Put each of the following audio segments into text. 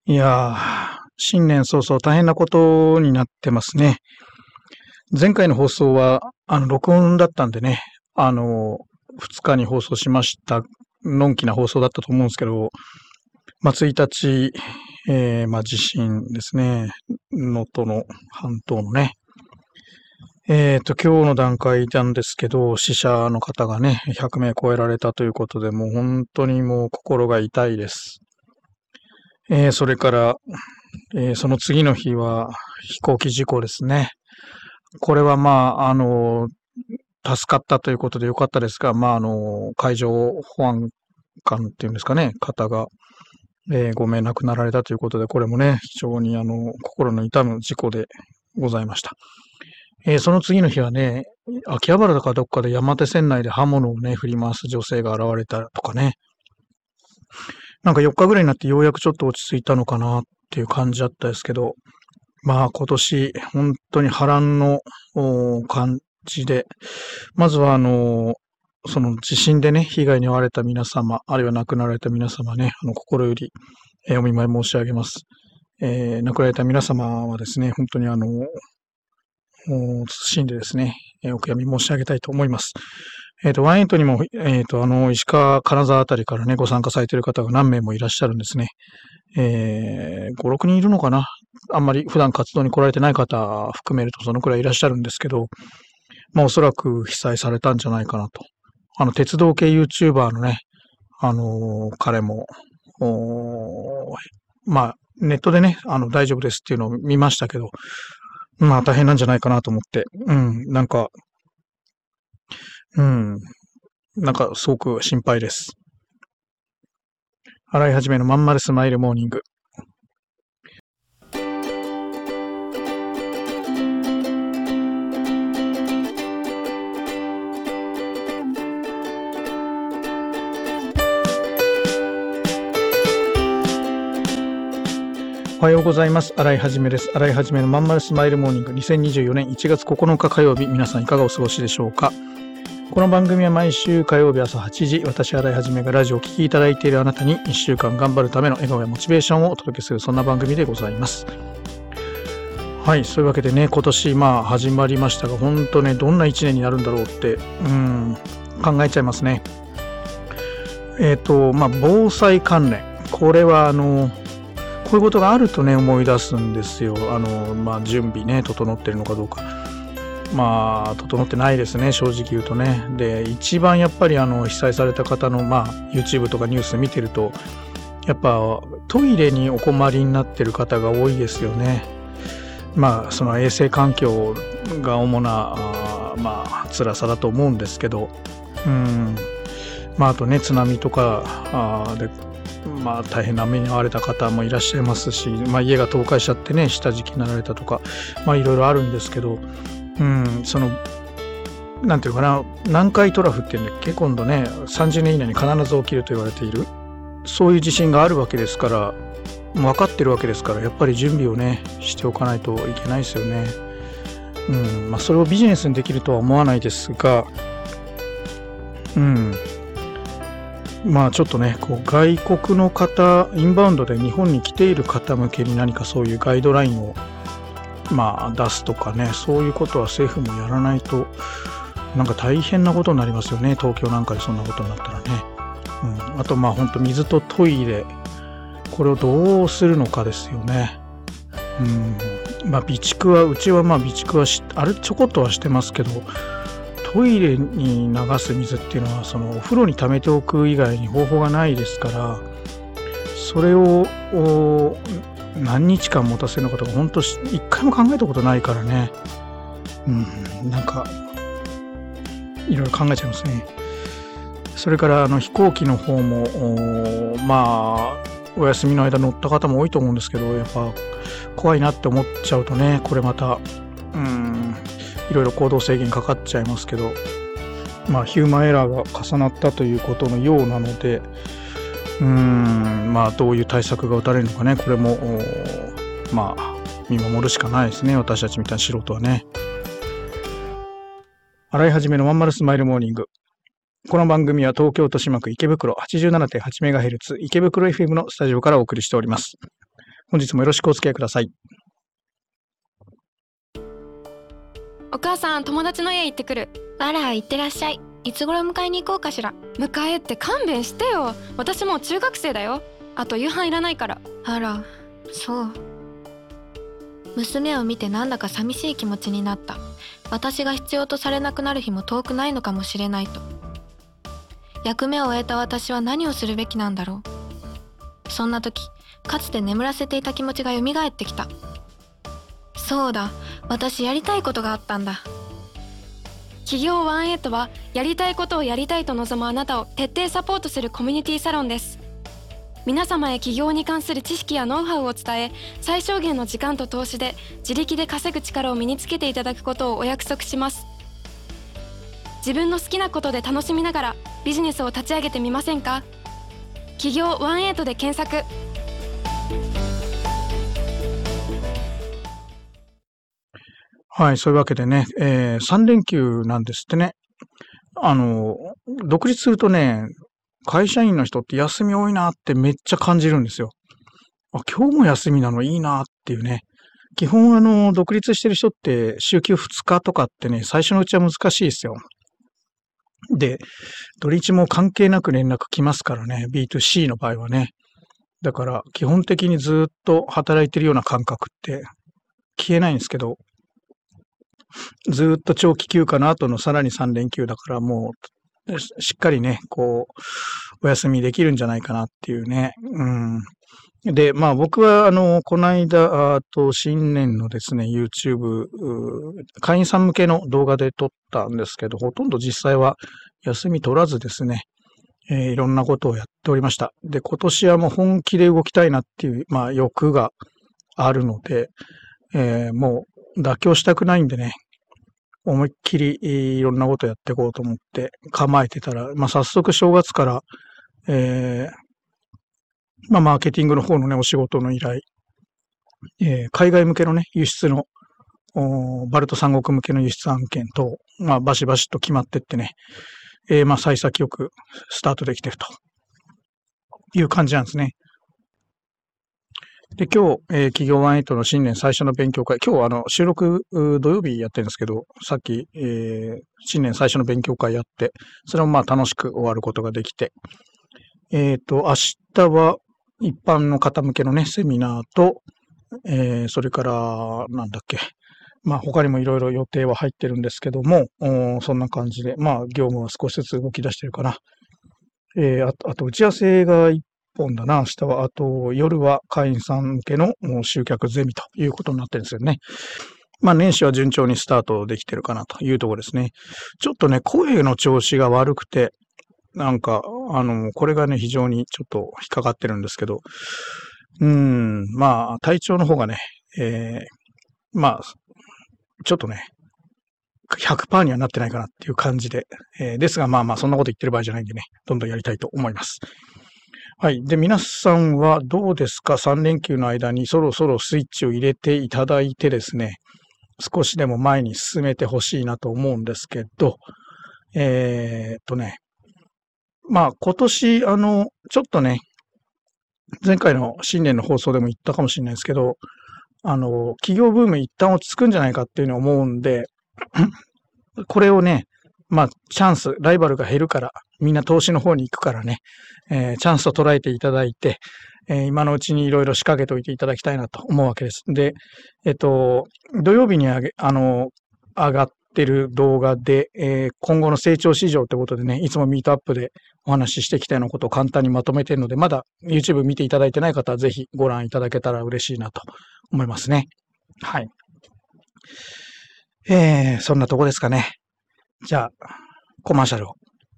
いや新年早々大変なことになってますね。前回の放送は、録音だったんでね、2日に放送しました。のんきな放送だったと思うんですけど、1日、地震ですね。能登の半島のね。今日の段階なんですけど、死者の方がね、100名超えられたということで、もう本当にもう心が痛いです。それから、その次の日は飛行機事故ですね。これは助かったということでよかったですが、海上保安官っていうんですかね、方が、5名亡くなられたということで、これもね、非常に心の痛む事故でございました。その次の日はね、秋葉原だかどっかで山手線内で刃物をね、振り回す女性が現れたとかね、なんか4日ぐらいになってようやくちょっと落ち着いたのかなっていう感じだったですけど、今年本当に波乱の感じで、まずはその地震でね、被害に遭われた皆様、あるいは亡くなられた皆様ね、心より、お見舞い申し上げます。亡くなられた皆様はですね、本当に謹んでですね、お悔やみ申し上げたいと思います。ワンエイトにも、石川、金沢あたりからね、ご参加されている方が何名もいらっしゃるんですね。5、6人いるのかな。あんまり普段活動に来られてない方含めるとそのくらいいらっしゃるんですけど、おそらく被災されたんじゃないかなと。鉄道系 YouTuber のね、彼も、ネットでね、大丈夫ですっていうのを見ましたけど、大変なんじゃないかなと思って、すごく心配です。洗い始めのまんまるスマイルモーニング。おはようございます。洗い始めです。洗い始めのまんまるスマイルモーニング2024年1月9日火曜日、皆さんいかがお過ごしでしょうか。この番組は毎週火曜日朝8時、私洗い始めがラジオを聴きいただいているあなたに1週間頑張るための笑顔やモチベーションをお届けする、そんな番組でございます。はい、そういうわけでね、今年始まりましたが、本当ね、どんな1年になるんだろうって考えちゃいますね。防災関連、これはこういうことがあるとね、思い出すんですよ。準備ね、整ってるのかどうか。整ってないですね、正直言うとね。で、一番やっぱり被災された方の、YouTube とかニュース見てると、やっぱトイレにお困りになってる方が多いですよね。その衛生環境が主な、辛さだと思うんですけど、あとね、津波とかで、大変な目に遭われた方もいらっしゃいますし、家が倒壊しちゃってね、下敷きになられたとか、いろいろあるんですけど、なんていうかな、南海トラフっていうんだっけ、今度ね、30年以内に必ず起きると言われている、そういう地震があるわけですから、分かってるわけですから、やっぱり準備をね、しておかないといけないですよね。それをビジネスにできるとは思わないですが、ちょっとね、外国の方、インバウンドで日本に来ている方向けに何かそういうガイドラインを出すとかね、そういうことは政府もやらないと、大変なことになりますよね。東京なんかでそんなことになったらね。あと本当水とトイレ、これをどうするのかですよね。備蓄は、うちは備蓄はちょこっとはしてますけど、トイレに流す水っていうのはそのお風呂に溜めておく以外に方法がないですから、それを何日間持たせるのかとか本当一回も考えたことないからね。いろいろ考えちゃいますね。それから飛行機の方もお休みの間乗った方も多いと思うんですけど、やっぱ怖いなって思っちゃうとね、これまたいろいろ行動制限かかっちゃいますけど、ヒューマンエラーが重なったということのようなので、どういう対策が打たれるのかね、これも見守るしかないですね、私たちみたいな素人はね。洗い始めのまんまるスマイルモーニング。この番組は東京豊島区池袋 87.8MHz 池袋 FM のスタジオからお送りしております。 本日もよろしくお付き合いください。 お母さん、友達の家行ってくる。 あら、行ってらっしゃい。いつ頃迎えに行こうかしら。 迎えって勘弁してよ。私もう中学生だよ。あと夕飯いらないから。 あら、そう。娘を見てなんだか寂しい気持ちになった。私が必要とされなくなる日も遠くないのかもしれないと。役目を終えた私は何をするべきなんだろう。そんな時、かつて眠らせていた気持ちが蘇ってきた。そうだ、私やりたいことがあったんだ。 企業18はやりたいことをやりたいと望むあなたを徹底サポートするコミュニティサロンです。皆様へ起業に関する知識やノウハウを伝え、最小限の時間と投資で自力で稼ぐ力を身につけていただくことをお約束します。自分の好きなことで楽しみながらビジネスを立ち上げてみませんか？起業18で検索。 はい、そういうわけでね、3連休なんですってね。独立するとね、会社員の人って休み多いなってめっちゃ感じるんですよ。今日も休みなのいいなっていうね。基本独立してる人って週休2日とかってね、最初のうちは難しいですよ。で、土日も関係なく連絡来ますからね、B2C の場合はね。だから基本的にずっと働いてるような感覚って消えないんですけど、ずっと長期休暇の後のさらに3連休だからもうしっかりね、こう、お休みできるんじゃないかなっていうね。で、まあ僕はこの間、新年のですね、YouTube、会員さん向けの動画で撮ったんですけど、ほとんど実際は休み取らずですね、いろんなことをやっておりました。で、今年はもう本気で動きたいなっていう、まあ欲があるので、もう妥協したくないんでね、思いっきりいろんなことやっていこうと思って構えてたら、まあ早速正月から、まあマーケティングの方のね、お仕事の依頼、海外向けのね、輸出の、バルト三国向けの輸出案件と、まあバシバシと決まってってね、まあ幸先よくスタートできてるという感じなんですね。で、今日、企業18の新年最初の勉強会、今日収録土曜日やってるんですけど、さっき、新年最初の勉強会やって、それもまあ楽しく終わることができて、明日は一般の方向けのね、セミナーと、それから、なんだっけ、まあ他にもいろいろ予定は入ってるんですけども、そんな感じで、まあ業務は少しずつ動き出してるかな。あと打ち合わせが一本だな、明日は。あと夜は会員さん向けの集客ゼミということになってるんですよね。まあ年始は順調にスタートできてるかなというところですね。ちょっとね、声の調子が悪くて、なんか、これがね、非常にちょっと引っかかってるんですけど、まあ、体調の方がね、まあ、ちょっとね、100% にはなってないかなっていう感じで、ですがまあまあ、そんなこと言ってる場合じゃないんでね、どんどんやりたいと思います。はい。で、皆さんはどうですか？ 3 連休の間にそろそろスイッチを入れていただいてですね、少しでも前に進めてほしいなと思うんですけど、まあ今年、ちょっとね、前回の新年の放送でも言ったかもしれないですけど、企業ブーム一旦落ち着くんじゃないかっていうふうに思うんで、これをね、まあチャンス、ライバルが減るから、みんな投資の方に行くからね、チャンスと捉えていただいて、今のうちにいろいろ仕掛けておいていただきたいなと思うわけです。で、土曜日に上がってる動画で、今後の成長市場ってことでね、いつもミートアップでお話ししてきたようなことを簡単にまとめてるので、まだ YouTube 見ていただいてない方はぜひご覧いただけたら嬉しいなと思いますね。はい。そんなとこですかね。じゃあ、コマーシャルを。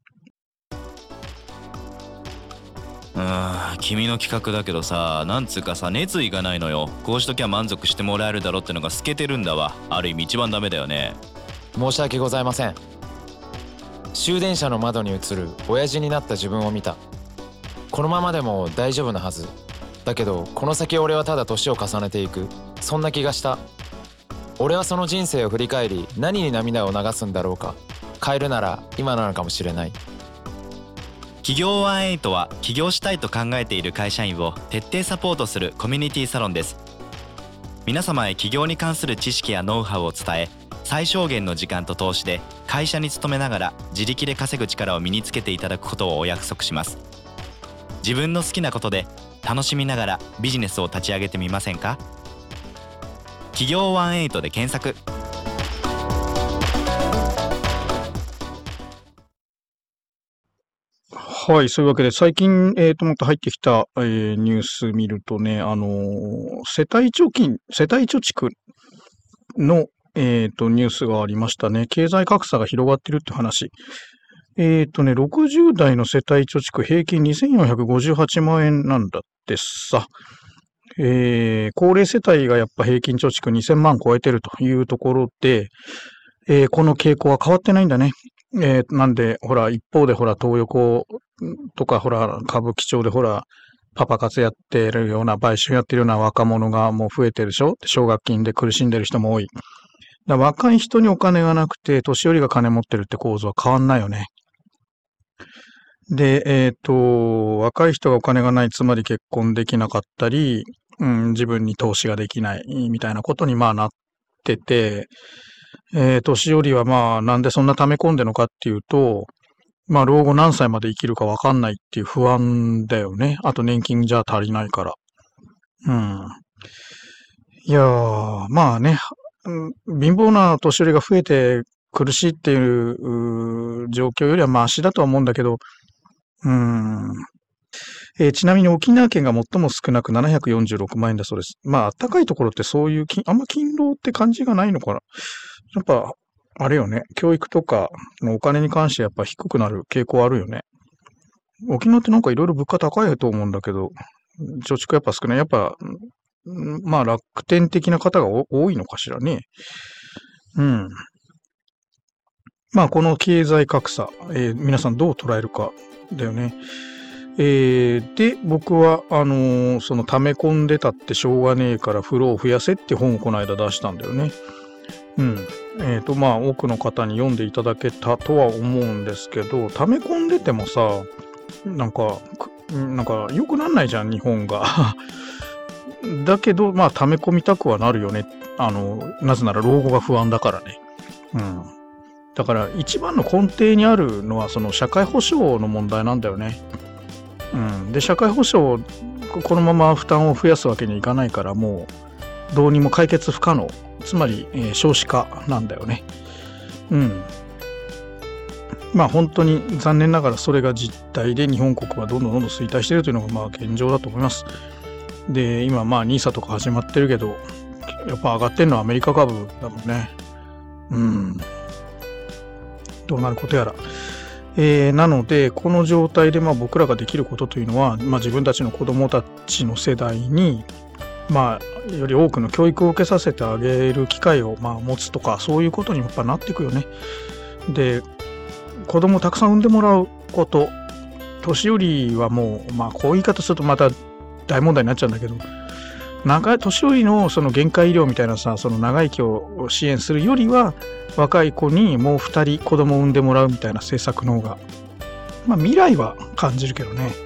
君の企画だけどさ、なんつうかさ、熱意がないのよ。こうしときゃ満足してもらえるだろってのが透けてるんだわ。ある意味一番ダメだよね。 申し訳ございません。終電車の窓に映る親父になった自分を見た。このままでも大丈夫なはずだけど、この先俺はただ年を重ねていく、そんな気がした。俺はその人生を振り返り、何に涙を流すんだろうか。変えるなら今なのかもしれない。 企業18は起業したいと考えている会社員を徹底サポートするコミュニティサロンです。皆様へ起業に関する知識やノウハウを伝え、最小限の時間と投資で会社に勤めながら自力で稼ぐ力を身につけていただくことをお約束します。自分の好きなことで楽しみながらビジネスを立ち上げてみませんか？企業18で検索。 はい、そういうわけで、最近、もっと入ってきた、ニュース見るとね、世帯貯蓄の、ニュースがありましたね。経済格差が広がってるって話。60代の世帯貯蓄平均2458万円なんだってさ。高齢世帯がやっぱ平均貯蓄2000万超えてるというところで、この傾向は変わってないんだね。なんで、ほら、一方でほら、東横とか、ほら、歌舞伎町でほら、パパ活やってるような、売春やってるような若者がもう増えてるでしょ？奨学金で苦しんでる人も多い。若い人にお金がなくて、年寄りが金持ってるって構図は変わんないよね。で、若い人がお金がない、つまり結婚できなかったり、自分に投資ができないみたいなことにまあなってて、年寄りはまあなんでそんな溜め込んでるのかっていうと、まあ老後何歳まで生きるかわかんないっていう不安だよね。あと年金じゃ足りないから。いやー、まあね、貧乏な年寄りが増えて苦しいっていう状況よりはマシだとは思うんだけど、ちなみに沖縄県が最も少なく746万円だそうです。まあ、暖かいところってそういうあんま勤労って感じがないのかな。やっぱ、あれよね、教育とかのお金に関してやっぱ低くなる傾向あるよね。沖縄ってなんかいろいろ物価高いと思うんだけど、貯蓄やっぱ少ない。やっぱ、まあ楽天的な方が多いのかしらね。まあこの経済格差、皆さんどう捉えるかだよね。で、僕は、その溜め込んでたってしょうがねえから風呂を増やせって本をこの間出したんだよね。まあ多くの方に読んでいただけたとは思うんですけど、溜め込んでてもさ、なんか良くなんないじゃん、日本が。だけど、まあ溜め込みたくはなるよね。なぜなら老後が不安だからね。だから一番の根底にあるのはその社会保障の問題なんだよね。で、社会保障、このまま負担を増やすわけにいかないから、もうどうにも解決不可能。つまり、少子化なんだよね。まあ本当に残念ながらそれが実態で日本国はどんどん衰退しているというのがまあ現状だと思います。で、今まあ NISA とか始まってるけど、やっぱ上がってるのはアメリカ株だもんね。どうなることやら。なので、この状態でまあ僕らができることというのは、まあ自分たちの子供たちの世代に、まあ、より多くの教育を受けさせてあげる機会をまあ持つとか、そういうことにやっぱなっていくよね。で、子供をたくさん産んでもらうこと、年寄りはもう、まあこういう言い方するとまた大問題になっちゃうんだけど、年寄りのその限界医療みたいなさ、その長生きを支援するよりは、若い子にもう2人子供を産んでもらうみたいな政策の方が、まあ未来は感じるけどね。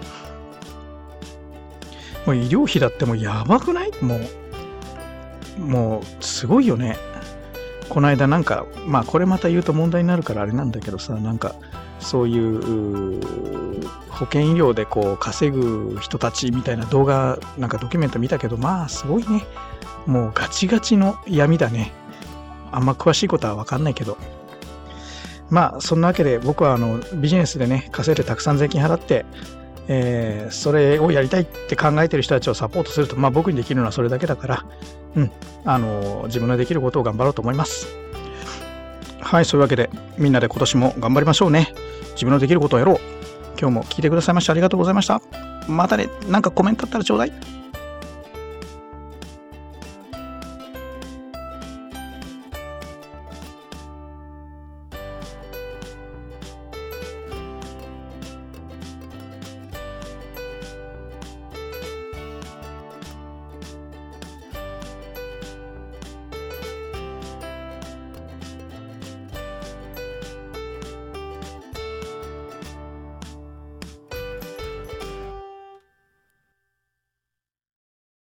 もう医療費だってもうやばくない？もうすごいよね。この間なんか、まあこれまた言うと問題になるからあれなんだけどさ、なんかそういう保険医療でこう稼ぐ人たちみたいな動画、なんかドキュメント見たけど、まあすごいね。もうガチガチの闇だね。あんま詳しいことは分かんないけど。まあそんなわけで僕はビジネスでね、稼いでたくさん税金払って、それをやりたいって考えてる人たちをサポートすると、まあ僕にできるのはそれだけだから、自分のできることを頑張ろうと思います。はい、そういうわけでみんなで今年も頑張りましょうね。自分のできることをやろう。今日も聞いてくださいましてありがとうございました。またね、なんかコメントあったらちょうだい。